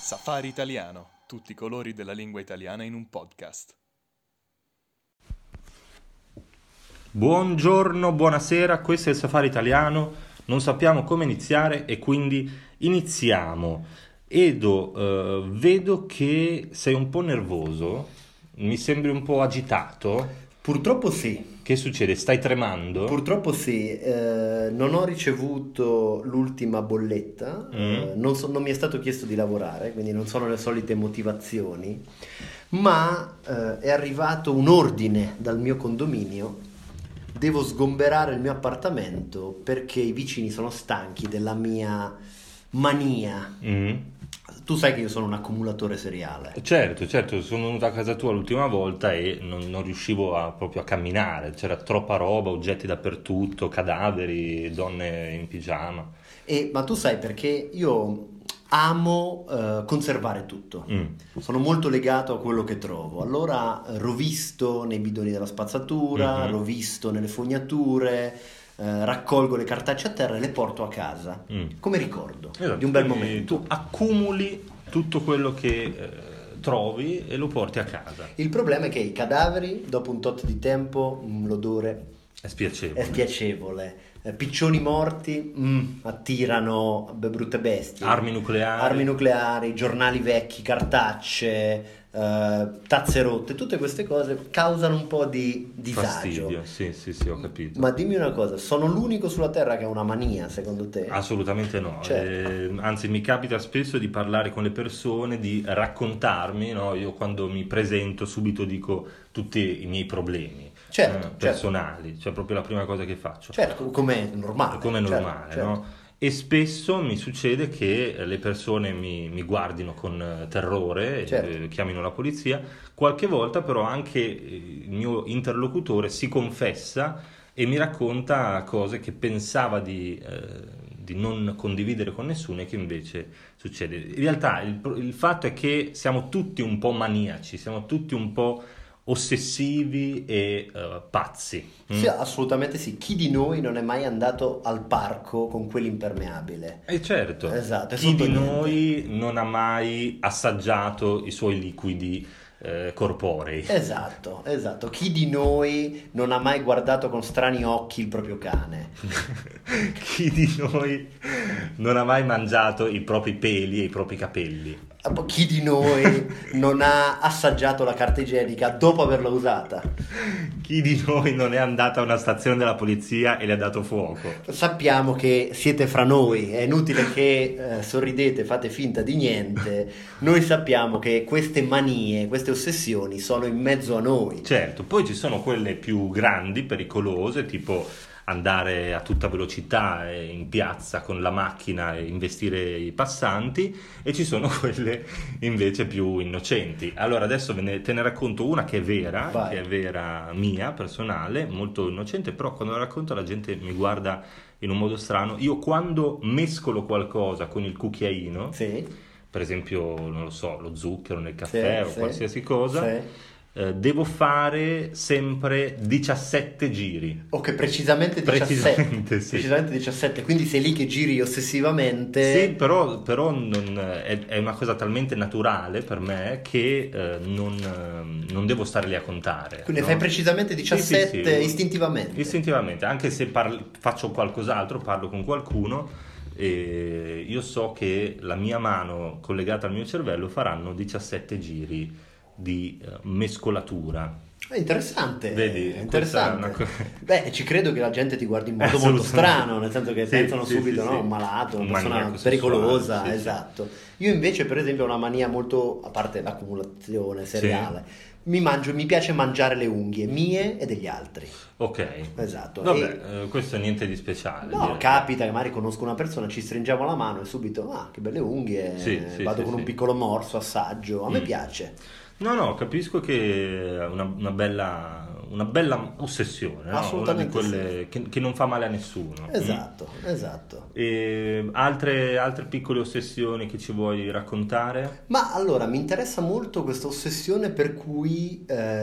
Safari Italiano, tutti i colori della lingua italiana in un podcast. Buongiorno, buonasera, questo è il Safari Italiano, non sappiamo come iniziare e quindi iniziamo. Edo, vedo che sei un po' nervoso, mi sembri un po' agitato. Purtroppo sì. Che succede? Stai tremando? Purtroppo sì, non ho ricevuto l'ultima bolletta, non mi è stato chiesto di lavorare, quindi non sono le solite motivazioni, ma è arrivato un ordine dal mio condominio, devo sgomberare il mio appartamento perché i vicini sono stanchi della mia mania. Tu sai che io sono un accumulatore seriale. Certo, sono venuto a casa tua l'ultima volta e non riuscivo proprio a camminare, c'era troppa roba, oggetti dappertutto, cadaveri, donne in pigiama. Ma tu sai perché io amo conservare tutto, sono molto legato a quello che trovo, allora rovisto nei bidoni della spazzatura, rovisto nelle fognature, raccolgo le cartacce a terra e le porto a casa come ricordo di un bel momento. Tu accumuli tutto quello che trovi e lo porti a casa. Il problema è che i cadaveri dopo un tot di tempo l'odore È spiacevole. è spiacevole. Piccioni morti attirano brutte bestie. Armi nucleari, giornali vecchi, cartacce, tazze rotte, tutte queste cose causano un po' di disagio. Fastidio, sì, ho capito. Ma dimmi una cosa, sono l'unico sulla terra che ha una mania, secondo te? Assolutamente no, Certo. Anzi mi capita spesso di parlare con le persone, di raccontarmi, no? Io quando mi presento subito dico tutti i miei problemi. Certo. Personali, cioè proprio la prima cosa che faccio. Certo, come normale. Come normale, certo. no? E spesso mi succede che le persone mi guardino con terrore, Certo. chiamino la polizia. Qualche volta però anche il mio interlocutore si confessa e mi racconta cose che pensava di non condividere con nessuno e che invece succede. In realtà il fatto è che siamo tutti un po' maniaci, siamo tutti un po' ossessivi e pazzi. Sì, assolutamente sì. Chi di noi non è mai andato al parco con quell'impermeabile? Certo, Esatto, è chi sotto di niente. noi non ha mai assaggiato i suoi liquidi corporei? Esatto. Chi di noi non ha mai guardato con strani occhi il proprio cane? Chi di noi non ha mai mangiato i propri peli e i propri capelli? Chi di noi non ha assaggiato la carta igienica dopo averla usata? Chi di noi non è andato a una stazione della polizia e le ha dato fuoco? Sappiamo che siete fra noi, è inutile che sorridete, fate finta di niente. Noi sappiamo che queste manie, queste ossessioni sono in mezzo a noi. Certo, poi ci sono quelle più grandi, pericolose, tipo andare a tutta velocità in piazza con la macchina e investire i passanti, e ci sono quelle invece più innocenti. Allora adesso te ne racconto una che è vera, Vai. che è vera mia, personale, molto innocente, però quando la racconto la gente mi guarda in un modo strano. Io quando mescolo qualcosa con il cucchiaino, Sì. per esempio, non lo so, lo zucchero nel caffè o Sì. qualsiasi cosa, Sì. Devo fare sempre 17 giri. Ok, precisamente 17. Precisamente, sì. Precisamente 17, quindi sei lì che giri ossessivamente. Sì, però è una cosa talmente naturale per me che non devo stare lì a contare. Quindi no? fai precisamente 17 Sì. istintivamente. Istintivamente, anche se faccio qualcos'altro, parlo con qualcuno, e io so che la mia mano collegata al mio cervello faranno 17 giri di mescolatura. È interessante. Vedi, è questa è interessante. una Beh, ci credo che la gente ti guardi in modo molto Assolutamente. strano, nel senso che Sì, pensano sì, subito, sì, no? sì. Un malato, una Un persona maniaco pericolosa, sessuale, sì, esatto. Io invece, per esempio, ho una mania molto, a parte l'accumulazione seriale, mi piace mangiare le unghie mie e degli altri. Ok. Esatto. Vabbè, questo è niente di speciale. No, direi. capita che magari conosco una persona, ci stringiamo la mano e subito, che belle unghie, Sì, vado sì, con un sì. piccolo morso, assaggio, a me piace. No, capisco che è una bella ossessione, no? Una di Assolutamente quelle che non fa male a nessuno. Esatto. E altre piccole ossessioni che ci vuoi raccontare? Ma allora mi interessa molto questa ossessione per cui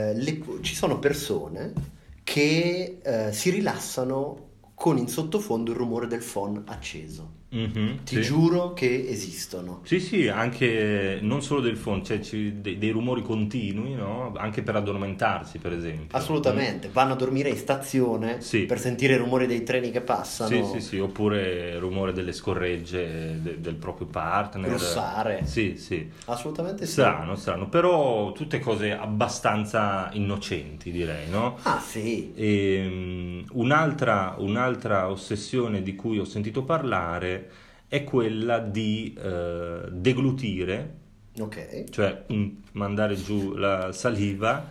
ci sono persone che si rilassano con in sottofondo il rumore del phon acceso. Ti giuro che esistono. Sì, anche non solo del phon, cioè dei rumori continui, no? Anche per addormentarsi, per esempio. Assolutamente, vanno a dormire in stazione per sentire i rumori dei treni che passano. Sì, oppure il rumore delle scorregge del proprio partner. Russare. Sì. Assolutamente sì. Strano, però tutte cose abbastanza innocenti, direi, no? Ah, sì. E, un'altra ossessione di cui ho sentito parlare è quella di deglutire, cioè mandare giù la saliva,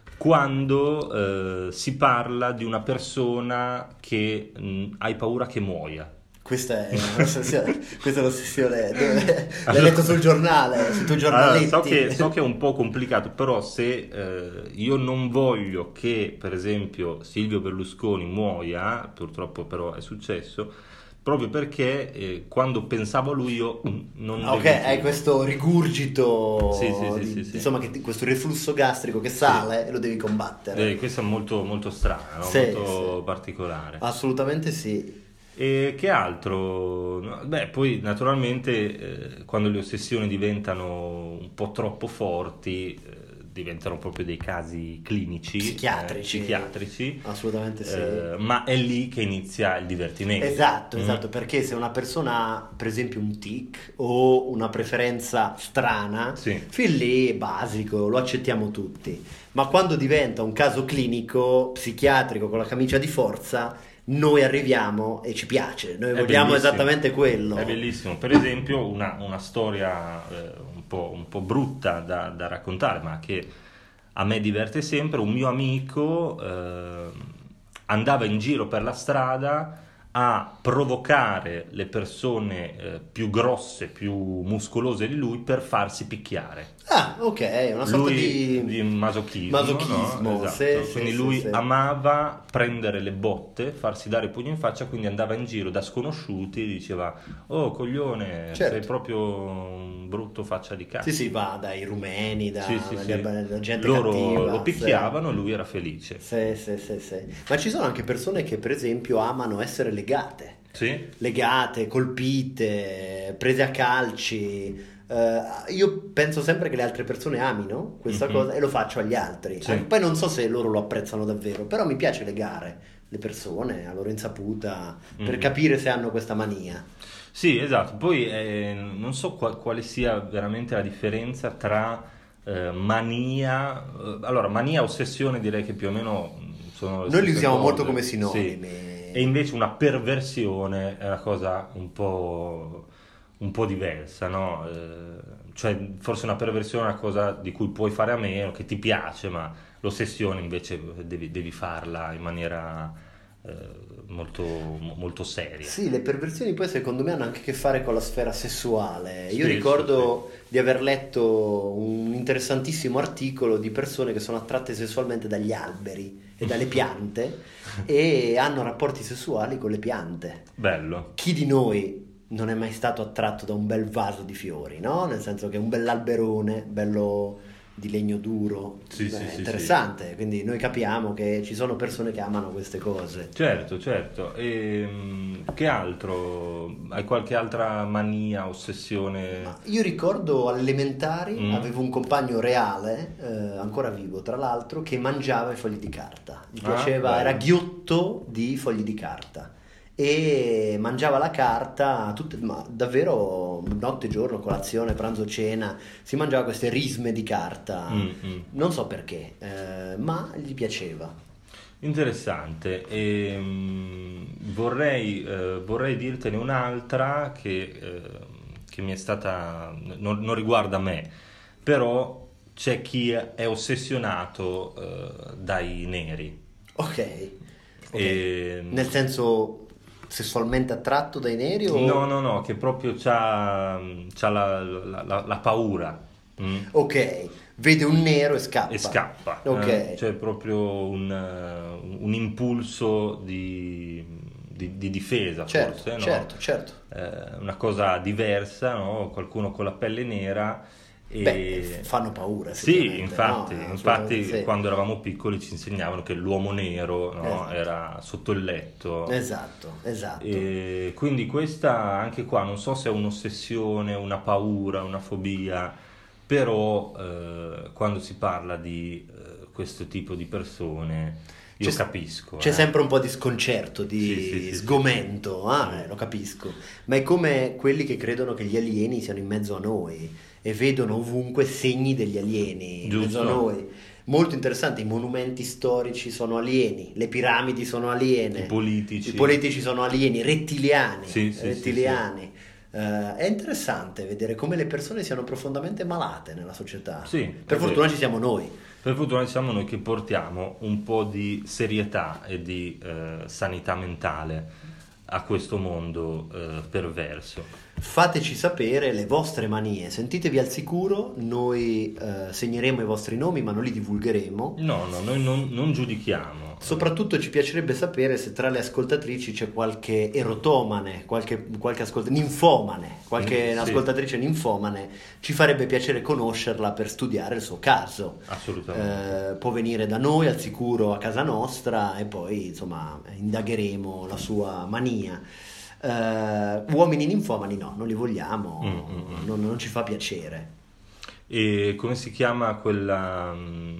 quando si parla di una persona che hai paura che muoia. Questa è l'ossessione. L'hai letto sul giornale, sui tuoi giornaletti. Allora, so che è un po' complicato, però se io non voglio che, per esempio, Silvio Berlusconi muoia, purtroppo però è successo, proprio perché quando pensavo a lui io non... hai questo rigurgito, sì. insomma, questo reflusso gastrico che sale e lo devi combattere. Questa è molto, molto strana, no? Molto particolare. Assolutamente sì. E che altro? Beh, poi naturalmente quando le ossessioni diventano un po' troppo forti, diventano proprio dei casi clinici, psichiatrici. Assolutamente sì. Ma è lì che inizia il divertimento. Esatto, perché se una persona ha per esempio un tic o una preferenza strana, fin lì è basico, lo accettiamo tutti. Ma quando diventa un caso clinico, psichiatrico, con la camicia di forza, noi arriviamo e ci piace, noi vogliamo esattamente quello. È bellissimo. Per esempio una storia un po' brutta da raccontare, ma che a me diverte sempre. Un mio amico andava in giro per la strada a provocare le persone più grosse, più muscolose di lui per farsi picchiare. Ah, ok, una sorta di masochismo. No? Esatto. Quindi lui amava prendere le botte, farsi dare pugno in faccia, quindi andava in giro da sconosciuti e diceva: oh coglione, sei proprio un brutto faccia di cazzo. Sì, va dai rumeni, da gente loro cattiva. Lo picchiavano e lui era felice. Sì. Ma ci sono anche persone che per esempio amano essere legate, colpite, prese a calci. Io penso sempre che le altre persone amino questa cosa e lo faccio agli altri. Poi non so se loro lo apprezzano davvero, però mi piace legare le persone a loro insaputa per capire se hanno questa mania. Sì, esatto. Poi non so quale sia veramente la differenza tra mania. Allora, mania e ossessione direi che più o meno sono le Noi li stesse usiamo cose. molto come sinonimi. E invece una perversione è una cosa un po' diversa, no? Cioè forse una perversione è una cosa di cui puoi fare a meno, che ti piace, ma l'ossessione invece devi farla in maniera molto, molto seria. Sì, le perversioni poi secondo me hanno anche a che fare con la sfera sessuale. Io ricordo di aver letto un interessantissimo articolo di persone che sono attratte sessualmente dagli alberi e dalle piante e hanno rapporti sessuali con le piante. Bello. Chi di noi non è mai stato attratto da un bel vaso di fiori, no? Nel senso che un bell'alberone, bello di legno duro, è interessante. Sì. Quindi noi capiamo che ci sono persone che amano queste cose. Certo. E che altro? Hai qualche altra mania, ossessione? Io ricordo alle elementari avevo un compagno reale, ancora vivo tra l'altro, che mangiava i fogli di carta. Gli piaceva, era ghiotto di fogli di carta. E mangiava la carta ma davvero notte, giorno, colazione, pranzo, cena, si mangiava queste risme di carta. Non so perché, ma gli piaceva. Interessante. E vorrei dirtene un'altra che mi è stata, non riguarda me, però c'è chi è ossessionato dai neri. Ok. Nel senso sessualmente attratto dai neri o... No, che proprio c'ha la paura. Ok, vede un nero e scappa. Ok. C'è proprio un impulso di difesa, certo, forse, no? Certo. Una cosa diversa, no? Qualcuno con la pelle nera Fanno paura. Sì, infatti, no? infatti Sì. quando eravamo piccoli ci insegnavano che l'uomo nero, no, Esatto. era sotto il letto. Esatto. E quindi questa anche qua non so se è un'ossessione, una paura, una fobia, però quando si parla di questo tipo di persone io capisco. C'è sempre un po' di sconcerto, di Sì. sgomento, lo capisco, ma è come quelli che credono che gli alieni siano in mezzo a noi e vedono ovunque segni degli alieni in mezzo a Giusto. noi. Molto interessante, i monumenti storici sono alieni, le piramidi sono aliene, I politici. sono alieni, rettiliani. Sì. È interessante vedere come le persone siano profondamente malate nella società. Sì, Per è fortuna vero. ci siamo noi. Per fortuna siamo noi che portiamo un po' di serietà e di sanità mentale a questo mondo perverso. Fateci sapere le vostre manie, sentitevi al sicuro, noi segneremo i vostri nomi ma non li divulgheremo. No, noi non giudichiamo. Soprattutto ci piacerebbe sapere se tra le ascoltatrici c'è qualche erotomane, qualche ninfomane, qualche Sì. ascoltatrice ninfomane, ci farebbe piacere conoscerla per studiare il suo caso. Assolutamente. Può venire da noi al sicuro a casa nostra e poi insomma indagheremo la sua mania. Uomini ninfomani no, non li vogliamo, non ci fa piacere. E come si chiama quella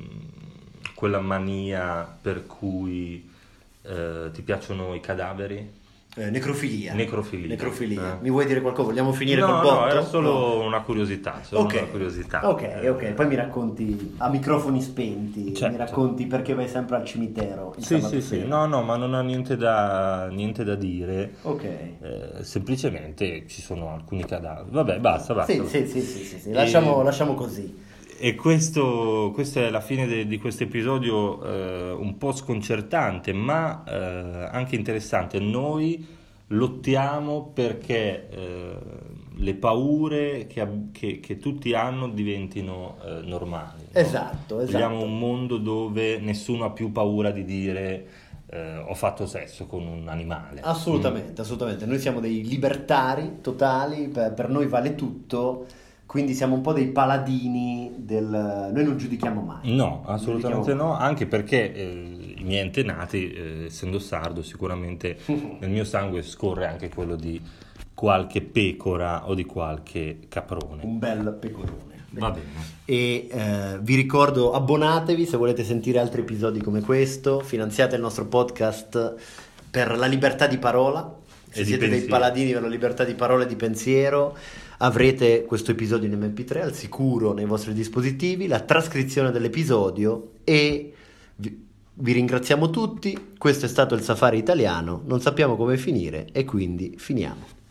mania per cui ti piacciono i cadaveri? Necrofilia. Necrofilia. Mi vuoi dire qualcosa? Vogliamo finire No, col botto? era solo No. una curiosità. Ok, poi mi racconti a microfoni spenti, Certo. mi racconti perché vai sempre al cimitero il Sì, sabato sì. sera. No, ma non ho niente da dire. Ok. Semplicemente ci sono alcuni cadaveri. Vabbè, basta. Sì. Lasciamo così. E questa è la fine di questo episodio un po' sconcertante, ma anche interessante. Noi lottiamo perché le paure che tutti hanno diventino normali. No? Esatto. Vogliamo un mondo dove nessuno ha più paura di dire ho fatto sesso con un animale. Assolutamente. Noi siamo dei libertari totali, per noi vale tutto, quindi siamo un po' dei paladini noi non giudichiamo mai. No, assolutamente no, anche perché i miei antenati, essendo sardo, sicuramente nel mio sangue scorre anche quello di qualche pecora o di qualche caprone. Un bel pecorone. Va bene. E vi ricordo, abbonatevi se volete sentire altri episodi come questo, finanziate il nostro podcast per la libertà di parola. Se siete dei paladini per la libertà di parola e di pensiero, avrete questo episodio in MP3 al sicuro nei vostri dispositivi, la trascrizione dell'episodio e vi ringraziamo tutti. Questo è stato il Safari Italiano, non sappiamo come finire e quindi finiamo.